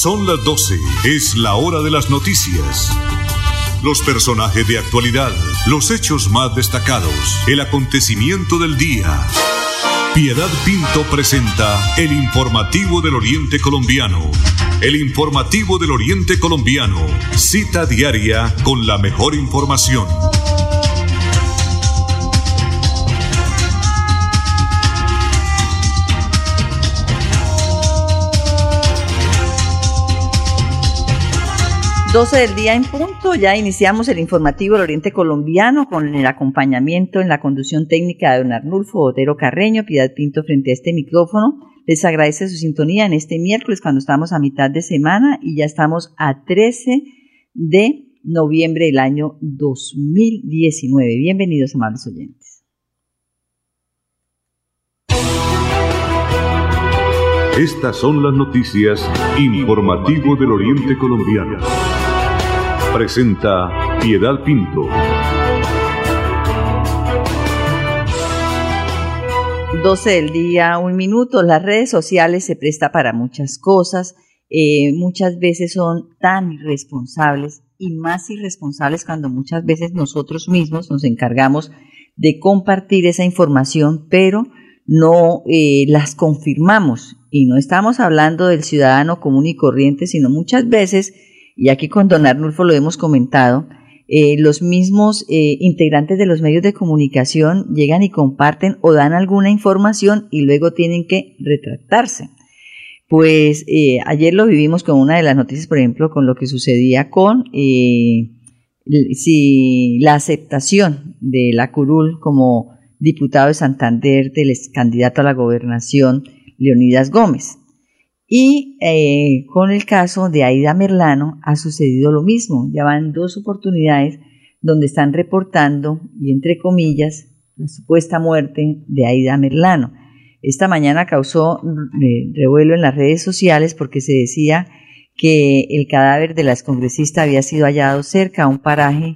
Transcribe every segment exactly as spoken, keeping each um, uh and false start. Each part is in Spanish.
Son las doce, es la hora de las noticias. Los personajes de actualidad, los hechos más destacados, el acontecimiento del día. Piedad Pinto presenta el informativo del Oriente Colombiano. El informativo del Oriente Colombiano, cita diaria con la mejor información. doce del día en punto, ya iniciamos el informativo del Oriente Colombiano con el acompañamiento en la conducción técnica de don Arnulfo Botero Carreño. Piedad Pinto frente a este micrófono. Les agradece su sintonía en este miércoles cuando estamos a mitad de semana y ya estamos a trece de noviembre del año dos mil diecinueve. Bienvenidos, amables oyentes. Estas son las noticias informativo del Oriente Colombiano. Presenta Piedad Pinto. doce del día, un minuto. Las redes sociales se presta para muchas cosas. Eh, muchas veces son tan irresponsables y más irresponsables cuando muchas veces nosotros mismos nos encargamos de compartir esa información, pero no eh, las confirmamos. Y no estamos hablando del ciudadano común y corriente, sino muchas veces, y aquí con don Arnulfo lo hemos comentado, eh, los mismos eh, integrantes de los medios de comunicación llegan y comparten o dan alguna información y luego tienen que retractarse. Pues eh, ayer lo vivimos con una de las noticias, por ejemplo, con lo que sucedía con eh, si la aceptación de la curul como diputado de Santander del ex candidato a la gobernación, Leonidas Gómez. Y eh, con el caso de Aida Merlano ha sucedido lo mismo. Ya van dos oportunidades donde están reportando, y entre comillas, la supuesta muerte de Aida Merlano. Esta mañana causó eh, revuelo en las redes sociales porque se decía que el cadáver de la excongresista había sido hallado cerca a un paraje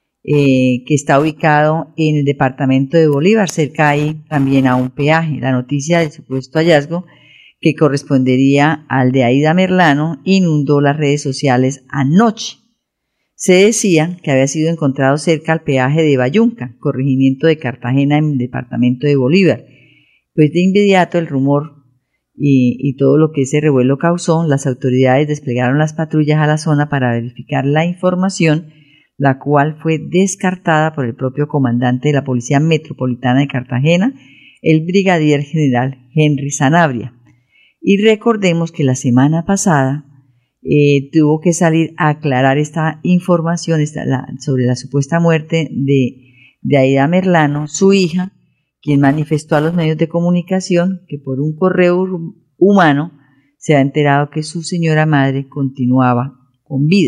eh, que está ubicado en el departamento de Bolívar, cerca ahí también a un peaje. La noticia del supuesto hallazgo, que correspondería al de Aida Merlano, inundó las redes sociales anoche. Se decía que había sido encontrado cerca al peaje de Bayunca, corregimiento de Cartagena en el departamento de Bolívar. Pues de inmediato el rumor y, y todo lo que ese revuelo causó, las autoridades desplegaron las patrullas a la zona para verificar la información, la cual fue descartada por el propio comandante de la Policía Metropolitana de Cartagena, el brigadier general Henry Sanabria. Y recordemos que la semana pasada eh, tuvo que salir a aclarar esta información esta, la, sobre la supuesta muerte de, de Aida Merlano, su hija, quien manifestó a los medios de comunicación que por un correo humano se ha enterado que su señora madre continuaba con vida.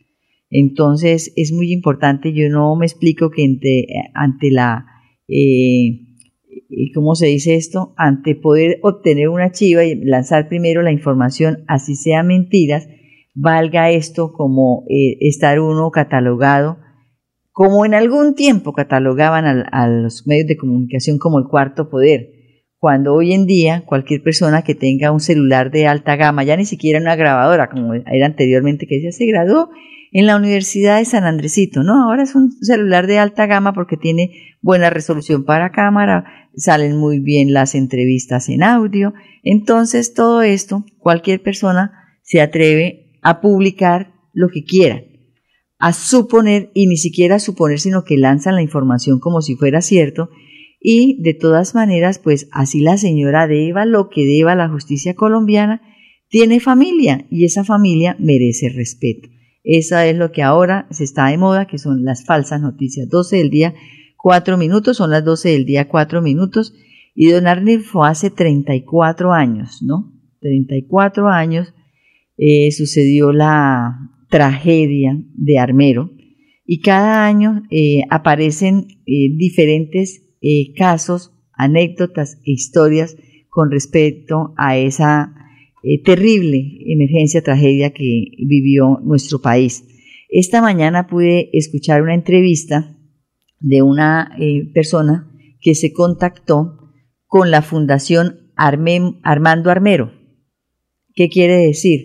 Entonces es muy importante, yo no me explico que ante, ante la... Eh, ¿Y cómo se dice esto? Ante poder obtener una chiva y lanzar primero la información, así sea mentiras, valga esto como eh, estar uno catalogado, como en algún tiempo catalogaban a, a los medios de comunicación como el cuarto poder, cuando hoy en día cualquier persona que tenga un celular de alta gama, ya ni siquiera una grabadora como era anteriormente, que decía se graduó en la Universidad de San Andresito, no, ahora es un celular de alta gama porque tiene buena resolución para cámara, salen muy bien las entrevistas en audio. Entonces todo esto, cualquier persona se atreve a publicar lo que quiera, a suponer, y ni siquiera a suponer, sino que lanzan la información como si fuera cierto. Y de todas maneras, pues así la señora deba lo que deba la justicia colombiana, tiene familia y esa familia merece respeto. Eso es lo que ahora se está de moda, que son las falsas noticias. doce del día, cuatro minutos, son las doce del día, cuatro minutos. Y don Arnulfo hace treinta y cuatro años, ¿no? treinta y cuatro años eh, sucedió la tragedia de Armero. Y cada año eh, aparecen eh, diferentes eh, casos, anécdotas e historias con respecto a esa Eh, terrible emergencia, tragedia que vivió nuestro país. Esta mañana pude escuchar una entrevista de una eh, persona que se contactó con la Fundación Arme, Armando Armero. ¿Qué quiere decir?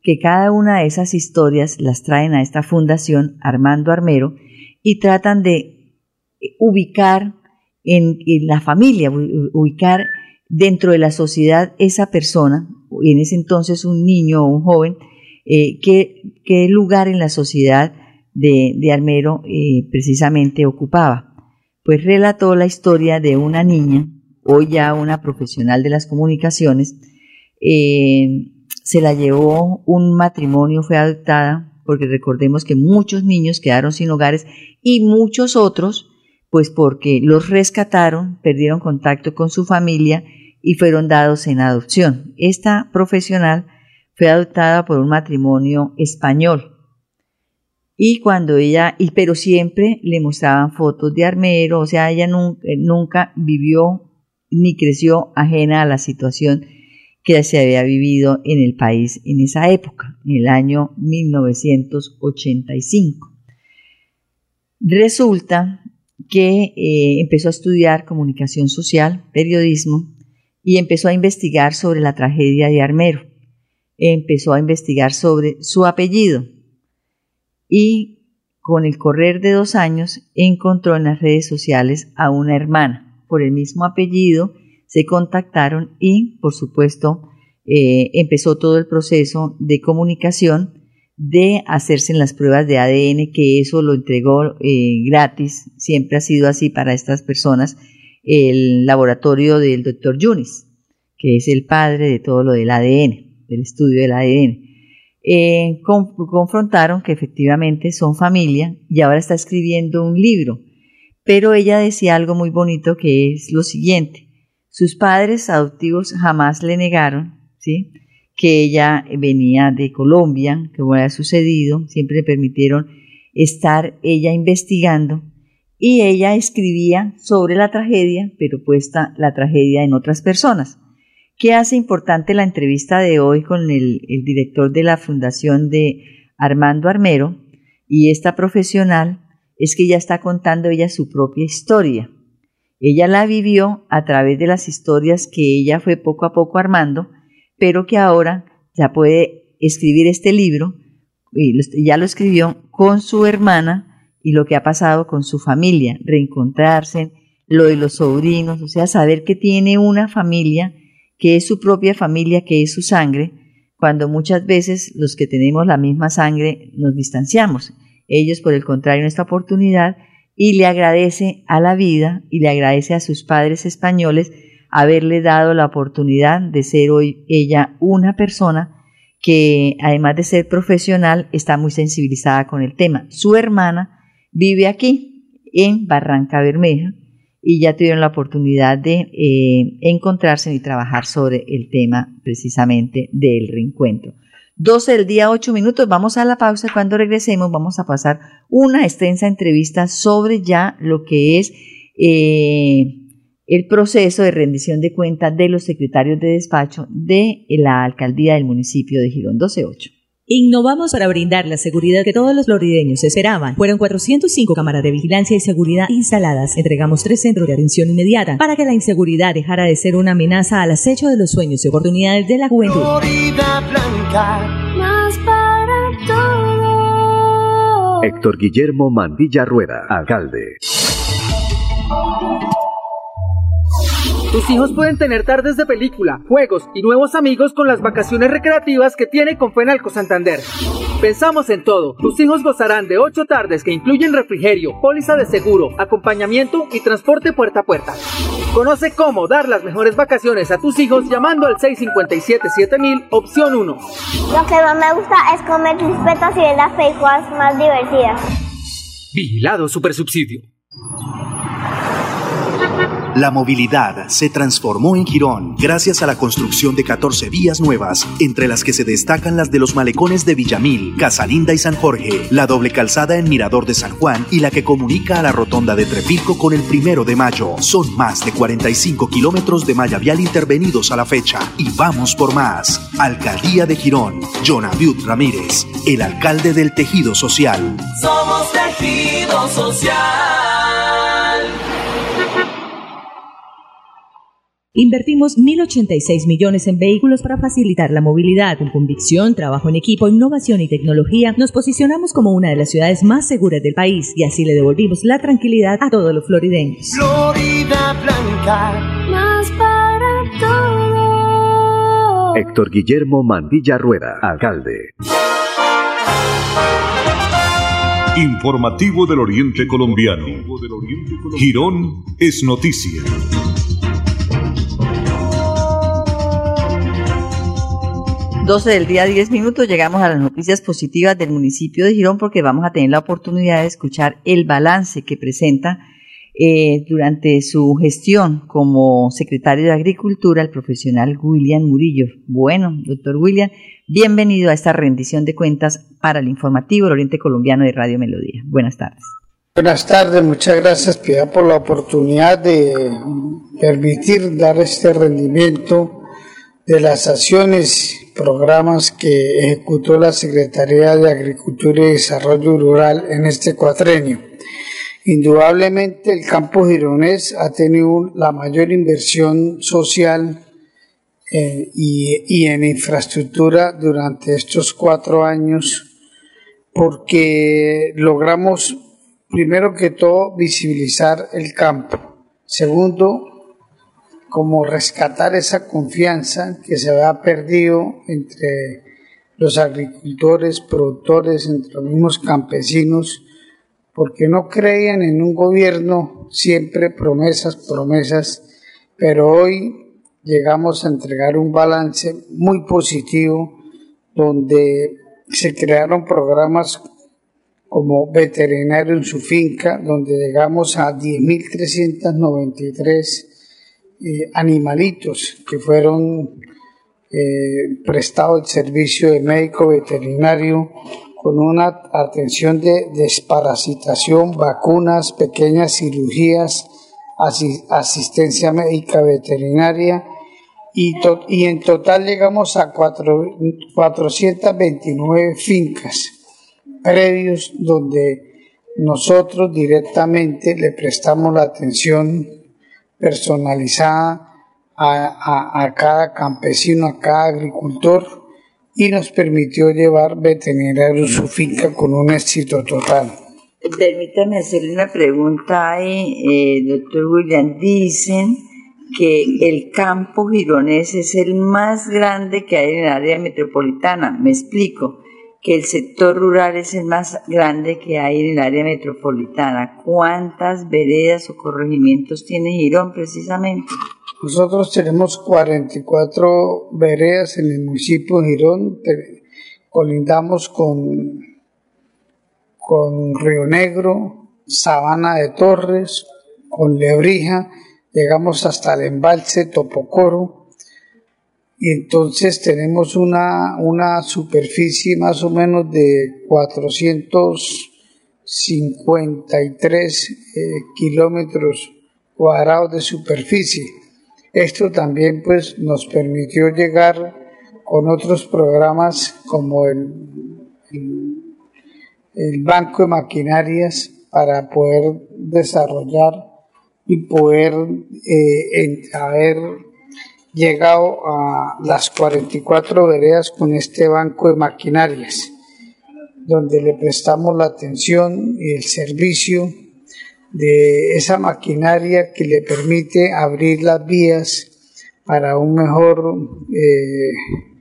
que cada una de esas historias las traen a esta fundación Armando Armero y tratan de ubicar en, en la familia, ubicar dentro de la sociedad esa persona, y en ese entonces un niño o un joven, eh, qué, qué lugar en la sociedad de, de Armero eh, precisamente ocupaba. Pues relató la historia de una niña, hoy ya una profesional de las comunicaciones, eh, se la llevó un matrimonio, fue adoptada, porque recordemos que muchos niños quedaron sin hogares y muchos otros, pues porque los rescataron, perdieron contacto con su familia y fueron dados en adopción. Esta profesional fue adoptada por un matrimonio español. Y cuando ella, y pero siempre le mostraban fotos de Armero, o sea, ella nunca, nunca vivió ni creció ajena a la situación que se había vivido en el país en esa época, en el año mil novecientos ochenta y cinco. Resulta que eh, empezó a estudiar comunicación social, periodismo, y empezó a investigar sobre la tragedia de Armero. Empezó a investigar sobre su apellido y con el correr de dos años encontró en las redes sociales a una hermana por el mismo apellido. Se contactaron y, por supuesto, eh, empezó todo el proceso de comunicación, de hacerse las pruebas de A D N, que eso lo entregó eh, gratis, siempre ha sido así para estas personas, el laboratorio del doctor Yunis, que es el padre de todo lo del A D N, del estudio del A D N. Eh, con, confrontaron que efectivamente son familia y ahora está escribiendo un libro, pero ella decía algo muy bonito, que es lo siguiente: sus padres adoptivos jamás le negaron, ¿sí?, que ella venía de Colombia, que había sucedido, siempre le permitieron estar ella investigando, y ella escribía sobre la tragedia, pero puesta la tragedia en otras personas. ¿Qué hace importante la entrevista de hoy con el, el director de la Fundación de Armando Armero y esta profesional? Es que ella está contando ella su propia historia. Ella la vivió a través de las historias que ella fue poco a poco armando, pero que ahora ya puede escribir este libro, y ya lo escribió con su hermana, y lo que ha pasado con su familia, reencontrarse, lo de los sobrinos, o sea, saber que tiene una familia, que es su propia familia, que es su sangre, cuando muchas veces los que tenemos la misma sangre nos distanciamos. Ellos, por el contrario, en esta oportunidad, y le agradece a la vida y le agradece a sus padres españoles haberle dado la oportunidad de ser hoy ella una persona que, además de ser profesional, está muy sensibilizada con el tema. Su hermana vive aquí, en Barranca Bermeja, y ya tuvieron la oportunidad de eh, encontrarse y trabajar sobre el tema precisamente del reencuentro. doce del día, ocho minutos, vamos a la pausa. Cuando regresemos vamos a pasar una extensa entrevista sobre ya lo que es eh, el proceso de rendición de cuentas de los secretarios de despacho de la alcaldía del municipio de Girón. doce ocho. Innovamos para brindar la seguridad que todos los florideños esperaban. Fueron cuatrocientas cinco cámaras de vigilancia y seguridad instaladas. Entregamos tres centros de atención inmediata para que la inseguridad dejara de ser una amenaza al acecho de los sueños y oportunidades de la juventud. Florida Blanca, más para todos. Héctor Guillermo Mandilla Rueda, alcalde. Tus hijos pueden tener tardes de película, juegos y nuevos amigos con las vacaciones recreativas que tiene Confenalco Santander. Pensamos en todo. Tus hijos gozarán de ocho tardes que incluyen refrigerio, póliza de seguro, acompañamiento y transporte puerta a puerta. Conoce cómo dar las mejores vacaciones a tus hijos llamando al seis cinco siete siete mil, opción uno. Lo que más me gusta es comer crispetas y ver las películas más divertidas. Vigilado Supersubsidio. La movilidad se transformó en Girón gracias a la construcción de catorce vías nuevas, entre las que se destacan las de los malecones de Villamil, Casalinda y San Jorge, la doble calzada en Mirador de San Juan y la que comunica a la rotonda de Trepilco con el Primero de Mayo. Son más de cuarenta y cinco kilómetros de malla vial intervenidos a la fecha y vamos por más. Alcaldía de Girón, John Abiud Ramírez, el alcalde del tejido social. Somos tejido social. Invertimos mil ochenta y seis millones en vehículos para facilitar la movilidad. Con convicción, trabajo en equipo, innovación y tecnología, nos posicionamos como una de las ciudades más seguras del país y así le devolvimos la tranquilidad a todos los florideños. Florida Blanca, más para todos. Héctor Guillermo Mandilla Rueda, alcalde. Informativo del Oriente Colombiano. Girón es noticia. doce del día, diez minutos, llegamos a las noticias positivas del municipio de Girón porque vamos a tener la oportunidad de escuchar el balance que presenta eh, durante su gestión como secretario de Agricultura el profesional William Murillo. Bueno, doctor William, bienvenido a esta rendición de cuentas para el informativo del Oriente Colombiano de Radio Melodía. Buenas tardes. Buenas tardes, muchas gracias, Piedad, por la oportunidad de permitir dar este rendimiento de las acciones y programas que ejecutó la Secretaría de Agricultura y Desarrollo Rural en este cuatrenio. Indudablemente el campo gironés ha tenido la mayor inversión social eh, y, y en infraestructura durante estos cuatro años porque logramos primero que todo visibilizar el campo. Segundo, como rescatar esa confianza que se había perdido entre los agricultores, productores, entre los mismos campesinos, porque no creían en un gobierno, siempre promesas, promesas, pero hoy llegamos a entregar un balance muy positivo donde se crearon programas como veterinario en su finca, donde llegamos a diez mil trescientos noventa y tres Eh, animalitos que fueron eh, prestados el servicio de médico veterinario con una atención de desparasitación, vacunas, pequeñas cirugías, asi- asistencia médica veterinaria y, to- y en total llegamos a cuatro, cuatrocientas veintinueve fincas previos donde nosotros directamente le prestamos la atención personalizada a, a, a cada campesino, a cada agricultor y nos permitió llevar veterinario a su finca con un éxito total. Permítame hacerle una pregunta ahí, eh, doctor William. Dicen que el campo gironés es el más grande que hay en el área metropolitana. Me explico. Que el sector rural es el más grande que hay en el área metropolitana. ¿Cuántas veredas o corregimientos tiene Girón precisamente? Nosotros tenemos cuarenta y cuatro veredas en el municipio de Girón, colindamos con, con Río Negro, Sabana de Torres, con Lebrija, llegamos hasta el embalse Topocoro, y entonces tenemos una, una superficie más o menos de cuatrocientos cincuenta y tres eh, kilómetros cuadrados de superficie. Esto también pues nos permitió llegar con otros programas como el, el, el Banco de Maquinarias para poder desarrollar y poder eh, en, haber llegado a las cuarenta y cuatro veredas con este banco de maquinarias, donde le prestamos la atención y el servicio de esa maquinaria que le permite abrir las vías para un mejor, eh,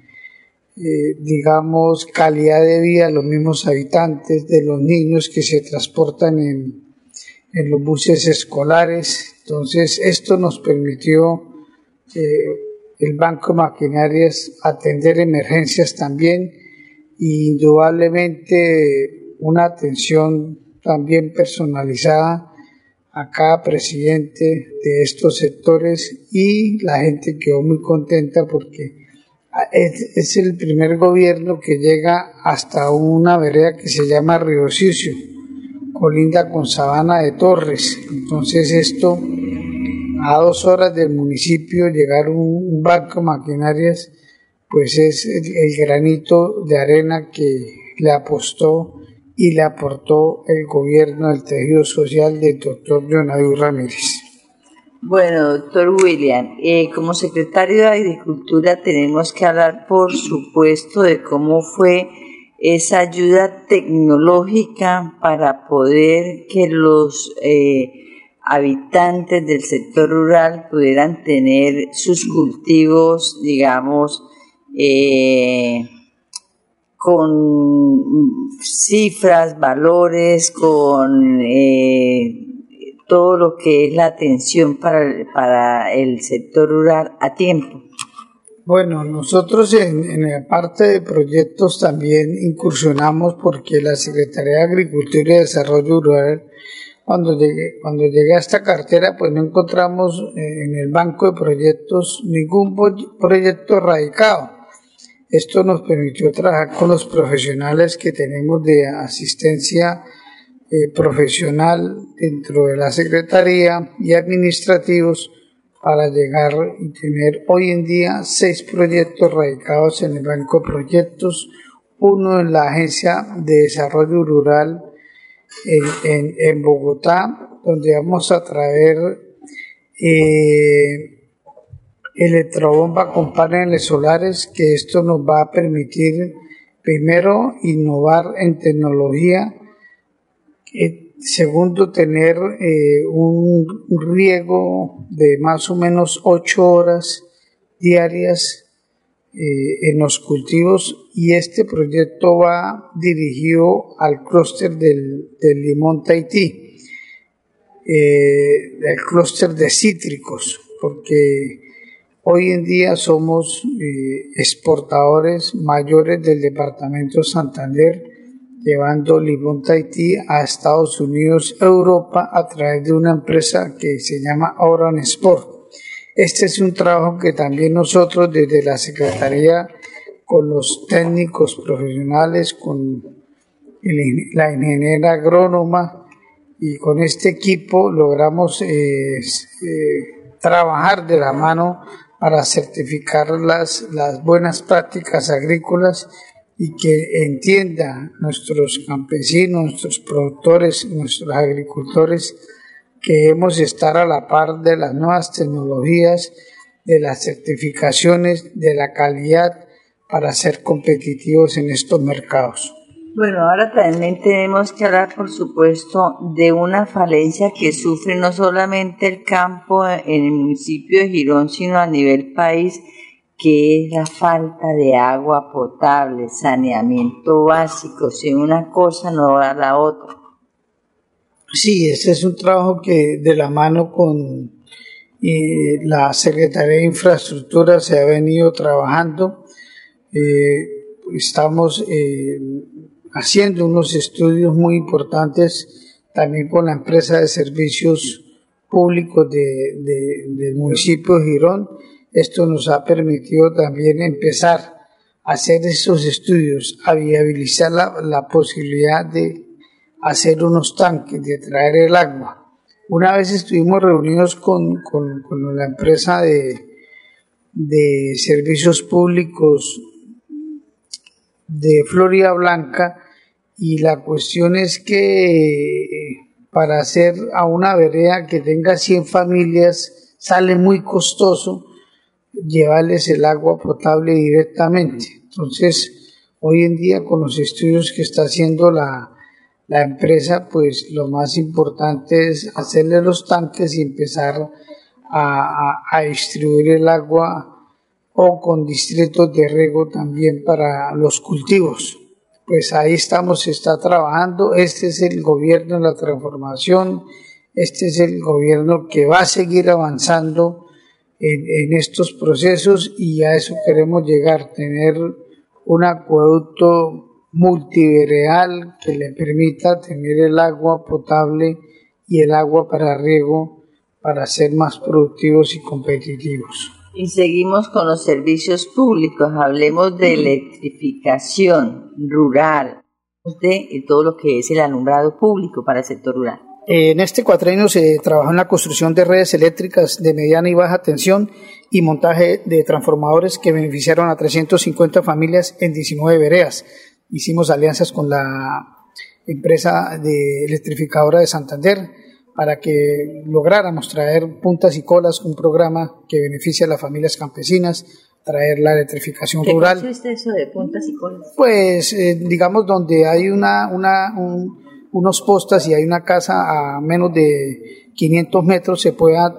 eh, digamos, calidad de vida a los mismos habitantes, de los niños que se transportan en, en los buses escolares. Entonces, esto nos permitió Eh, el Banco de Maquinarias atender emergencias también y indudablemente una atención también personalizada a cada presidente de estos sectores y la gente quedó muy contenta porque es, es el primer gobierno que llega hasta una vereda que se llama Río Sucio, colinda con Sabana de Torres. Entonces esto, a dos horas del municipio llegar un, un banco de maquinarias, pues es el, el granito de arena que le apostó y le aportó el gobierno del tejido social del doctor Jonadín Ramírez. Bueno, doctor William, eh, como secretario de Agricultura tenemos que hablar, por supuesto, de cómo fue esa ayuda tecnológica para poder que los eh, habitantes del sector rural pudieran tener sus cultivos, digamos, eh, con cifras, valores, con eh, todo lo que es la atención para, para el sector rural a tiempo. Bueno, nosotros en, en la parte de proyectos también incursionamos porque la Secretaría de Agricultura y Desarrollo Rural, cuando llegué, cuando llegué a esta cartera, pues no encontramos en el banco de proyectos ningún proyecto radicado. Esto nos permitió trabajar con los profesionales que tenemos de asistencia eh, profesional dentro de la Secretaría y administrativos para llegar y tener hoy en día seis proyectos radicados en el Banco de Proyectos, uno en la Agencia de Desarrollo Rural en, en, en Bogotá, donde vamos a traer eh, electrobomba con paneles solares, que esto nos va a permitir primero innovar en tecnología, eh, segundo tener eh, un riego de más o menos ocho horas diarias eh, en los cultivos, y este proyecto va dirigido al clúster del, del limón Tahití, eh, el clúster de cítricos, porque hoy en día somos eh, exportadores mayores del departamento de Santander, llevando limón Tahití a Estados Unidos, Europa, a través de una empresa que se llama Oran Sport. Este es un trabajo que también nosotros desde la Secretaría, con los técnicos profesionales, con el, la ingeniera agrónoma y con este equipo logramos eh, eh, trabajar de la mano para certificar las, las buenas prácticas agrícolas y que entiendan nuestros campesinos, nuestros productores, nuestros agricultores, que debemos estar a la par de las nuevas tecnologías, de las certificaciones, de la calidad, para ser competitivos en estos mercados. Bueno, ahora también tenemos que hablar, por supuesto, de una falencia que sufre no solamente el campo en el municipio de Girón, sino a nivel país, que es la falta de agua potable, saneamiento básico. Si una cosa no va a la otra. Sí, este es un trabajo que de la mano con eh, la Secretaría de Infraestructura se ha venido trabajando. Eh, estamos eh, haciendo unos estudios muy importantes también con la empresa de servicios públicos de, de, del municipio de Girón. Esto nos ha permitido también empezar a hacer esos estudios, a viabilizar la, la posibilidad de hacer unos tanques, de traer el agua. Una vez estuvimos reunidos con, con, con la empresa de, de servicios públicos de Florida Blanca, y la cuestión es que para hacer a una vereda que tenga cien familias sale muy costoso llevarles el agua potable directamente. Entonces, hoy en día, con los estudios que está haciendo la, la empresa, pues lo más importante es hacerle los tanques y empezar a, a, a distribuir el agua, o con distritos de riego también para los cultivos. Pues ahí estamos, se está trabajando. Este es el gobierno de la transformación, este es el gobierno que va a seguir avanzando en, en estos procesos, y a eso queremos llegar, tener un acueducto multiveredal que le permita tener el agua potable y el agua para riego para ser más productivos y competitivos. Y seguimos con los servicios públicos. Hablemos de electrificación rural, de todo lo que es el alumbrado público para el sector rural. En este cuatrienio se trabajó en la construcción de redes eléctricas de mediana y baja tensión y montaje de transformadores que beneficiaron a trescientas cincuenta familias en diecinueve veredas. Hicimos alianzas con la empresa de electrificadora de Santander para que lográramos traer puntas y colas, un programa que beneficia a las familias campesinas, traer la electrificación ¿Qué rural. ¿Qué consiste eso de puntas y colas? Pues eh, digamos donde hay una, una un, unos postas y hay una casa a menos de quinientos metros, se pueda,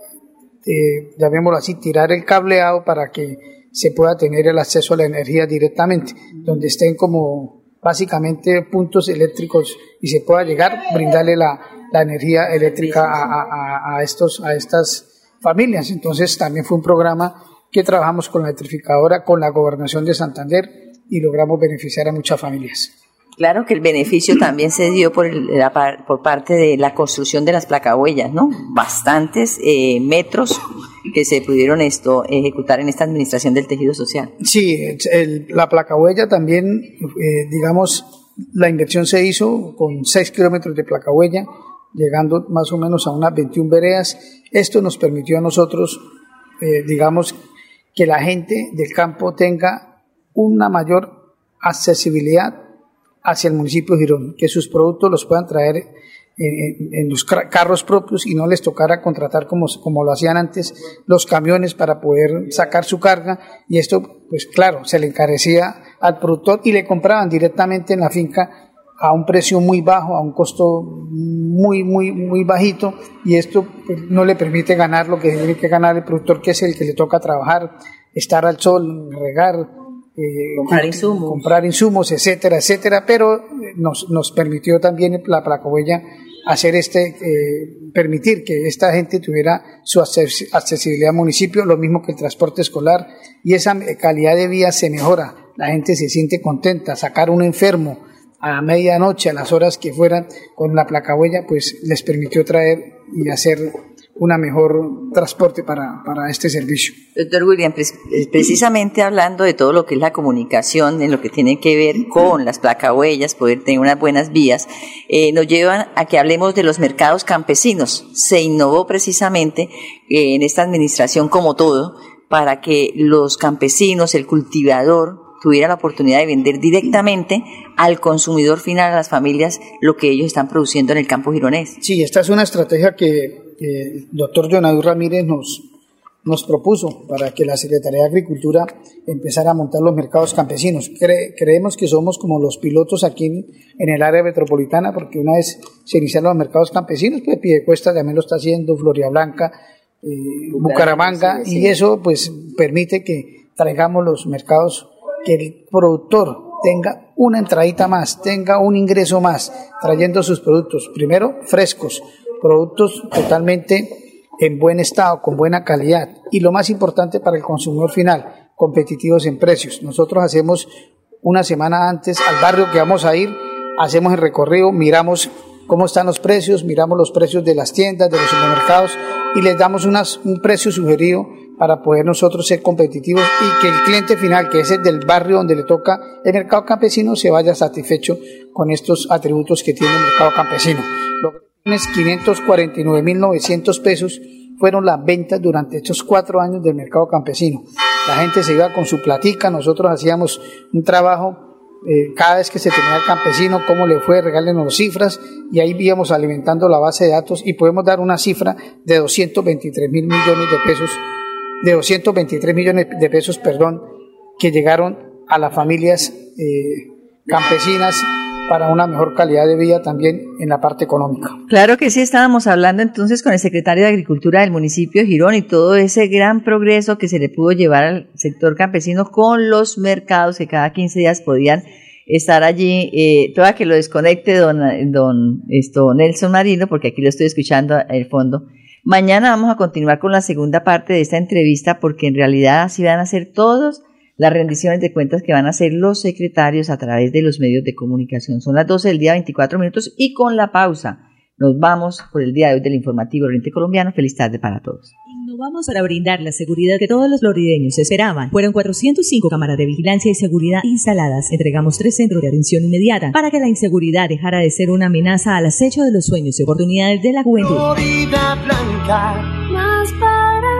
eh, llamémoslo así, tirar el cableado para que se pueda tener el acceso a la energía directamente, donde estén como básicamente puntos eléctricos y se pueda llegar, brindarle la, la energía eléctrica a, a, a, estos, a estas familias. Entonces también fue un programa que trabajamos con la electrificadora, con la Gobernación de Santander y logramos beneficiar a muchas familias. Claro que el beneficio también se dio por, el, la, por parte de la construcción de las placahuellas, ¿no? Bastantes eh, metros que se pudieron esto ejecutar en esta administración del tejido social. Sí, el, la placahuella también, eh, digamos, la inversión se hizo con seis kilómetros de placahuella, llegando más o menos a unas veintiuna veredas. Esto nos permitió a nosotros, eh, digamos, que la gente del campo tenga una mayor accesibilidad hacia el municipio de Girón, que sus productos los puedan traer en, en, en los carros propios y no les tocara contratar como, como lo hacían antes los camiones para poder sacar su carga, y esto pues claro, se le encarecía al productor y le compraban directamente en la finca a un precio muy bajo, a un costo muy muy muy bajito, y esto pues, no le permite ganar lo que tiene que ganar el productor, que es el que le toca trabajar, estar al sol, regar, Eh, comprar insumos, comprar insumos, etcétera, etcétera, pero nos, nos permitió también la placahuella hacer este, eh, permitir que esta gente tuviera su accesibilidad al municipio, lo mismo que el transporte escolar, y esa calidad de vida se mejora, la gente se siente contenta, sacar un enfermo a medianoche, a las horas que fueran, con la placahuella, pues les permitió traer y hacer una mejor transporte para, para este servicio. Doctor William, precisamente hablando de todo lo que es la comunicación, en lo que tiene que ver con las placahuellas, poder tener unas buenas vías, eh, nos llevan a que hablemos de los mercados campesinos. Se innovó precisamente eh, en esta administración, como todo, para que los campesinos, el cultivador, tuviera la oportunidad de vender directamente al consumidor final, a las familias, lo que ellos están produciendo en el campo gironés. Sí, esta es una estrategia que el doctor Jonadú Ramírez nos, nos propuso para que la Secretaría de Agricultura empezara a montar los mercados campesinos. Cre, creemos que somos como los pilotos aquí en, en el área metropolitana, porque una vez se iniciaron los mercados campesinos, pues Piedecuesta también lo está haciendo, Floridablanca, eh, Bucaramanga, sí, sí. Y eso pues permite que traigamos los mercados, que el productor tenga una entradita más, tenga un ingreso más, trayendo sus productos, primero frescos, productos totalmente en buen estado, con buena calidad, y lo más importante para el consumidor final, competitivos en precios. Nosotros hacemos una semana antes al barrio que vamos a ir, hacemos el recorrido, miramos cómo están los precios, miramos los precios de las tiendas, de los supermercados, y les damos unas, un precio sugerido para poder nosotros ser competitivos y que el cliente final, que es el del barrio donde le toca el mercado campesino, se vaya satisfecho con estos atributos que tiene el mercado campesino. Lo que tiene es quinientos cuarenta y nueve mil novecientos pesos fueron las ventas durante estos cuatro años del mercado campesino. La gente se iba con su platica, nosotros hacíamos un trabajo eh, cada vez que se tenía el campesino, cómo le fue, regálenos cifras, y ahí íbamos alimentando la base de datos y podemos dar una cifra de doscientos veintitrés mil millones de pesos de doscientos veintitrés millones de pesos, perdón, que llegaron a las familias eh, campesinas para una mejor calidad de vida también en la parte económica. Claro que sí, estábamos hablando entonces con el secretario de Agricultura del municipio de Girón y todo ese gran progreso que se le pudo llevar al sector campesino con los mercados que cada quince días podían estar allí. Eh, toda que lo desconecte don, don esto, Nelson Marino, porque aquí lo estoy escuchando al fondo. Mañana vamos a continuar con la segunda parte de esta entrevista, porque en realidad así van a ser todas las rendiciones de cuentas que van a hacer los secretarios a través de los medios de comunicación. Son las doce del día, veinticuatro minutos, y con la pausa nos vamos por el día de hoy del Informativo Oriente Colombiano. Feliz tarde para todos. Innovamos para brindar la seguridad que todos los florideños esperaban. Fueron cuatrocientos cinco cámaras de vigilancia y seguridad instaladas. Entregamos tres centros de atención inmediata para que la inseguridad dejara de ser una amenaza al acecho de los sueños y oportunidades de la juventud. Florida Blanca, más para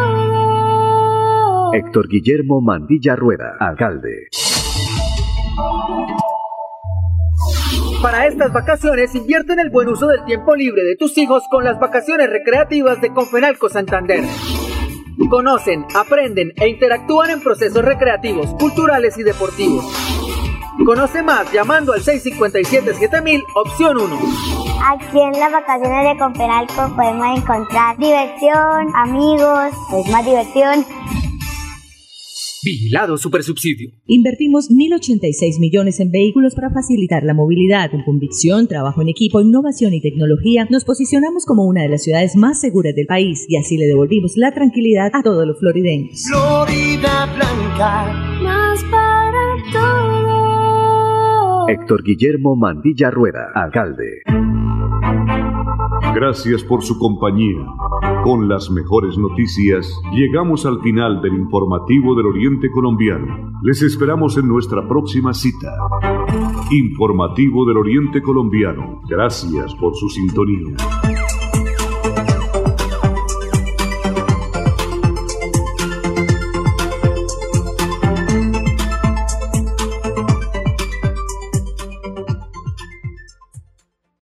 todos. Héctor Guillermo Mandilla Rueda, alcalde. Para estas vacaciones, invierte en el buen uso del tiempo libre de tus hijos con las vacaciones recreativas de Confenalco Santander. Conocen, aprenden e interactúan en procesos recreativos, culturales y deportivos. Conoce más llamando al seis cinco siete siete mil, opción uno. Aquí en las vacaciones de Confenalco podemos encontrar diversión, amigos, pues más diversión. Vigilado Supersubsidio. Invertimos mil ochenta y seis millones en vehículos para facilitar la movilidad. Con convicción, trabajo en equipo, innovación y tecnología, nos posicionamos como una de las ciudades más seguras del país y así le devolvimos la tranquilidad a todos los florideños. Florida Blanca, más para todos. Héctor Guillermo Mandilla Rueda, alcalde. Gracias por su compañía. Con las mejores noticias, llegamos al final del informativo del Oriente Colombiano. Les esperamos en nuestra próxima cita. Informativo del Oriente Colombiano. Gracias por su sintonía.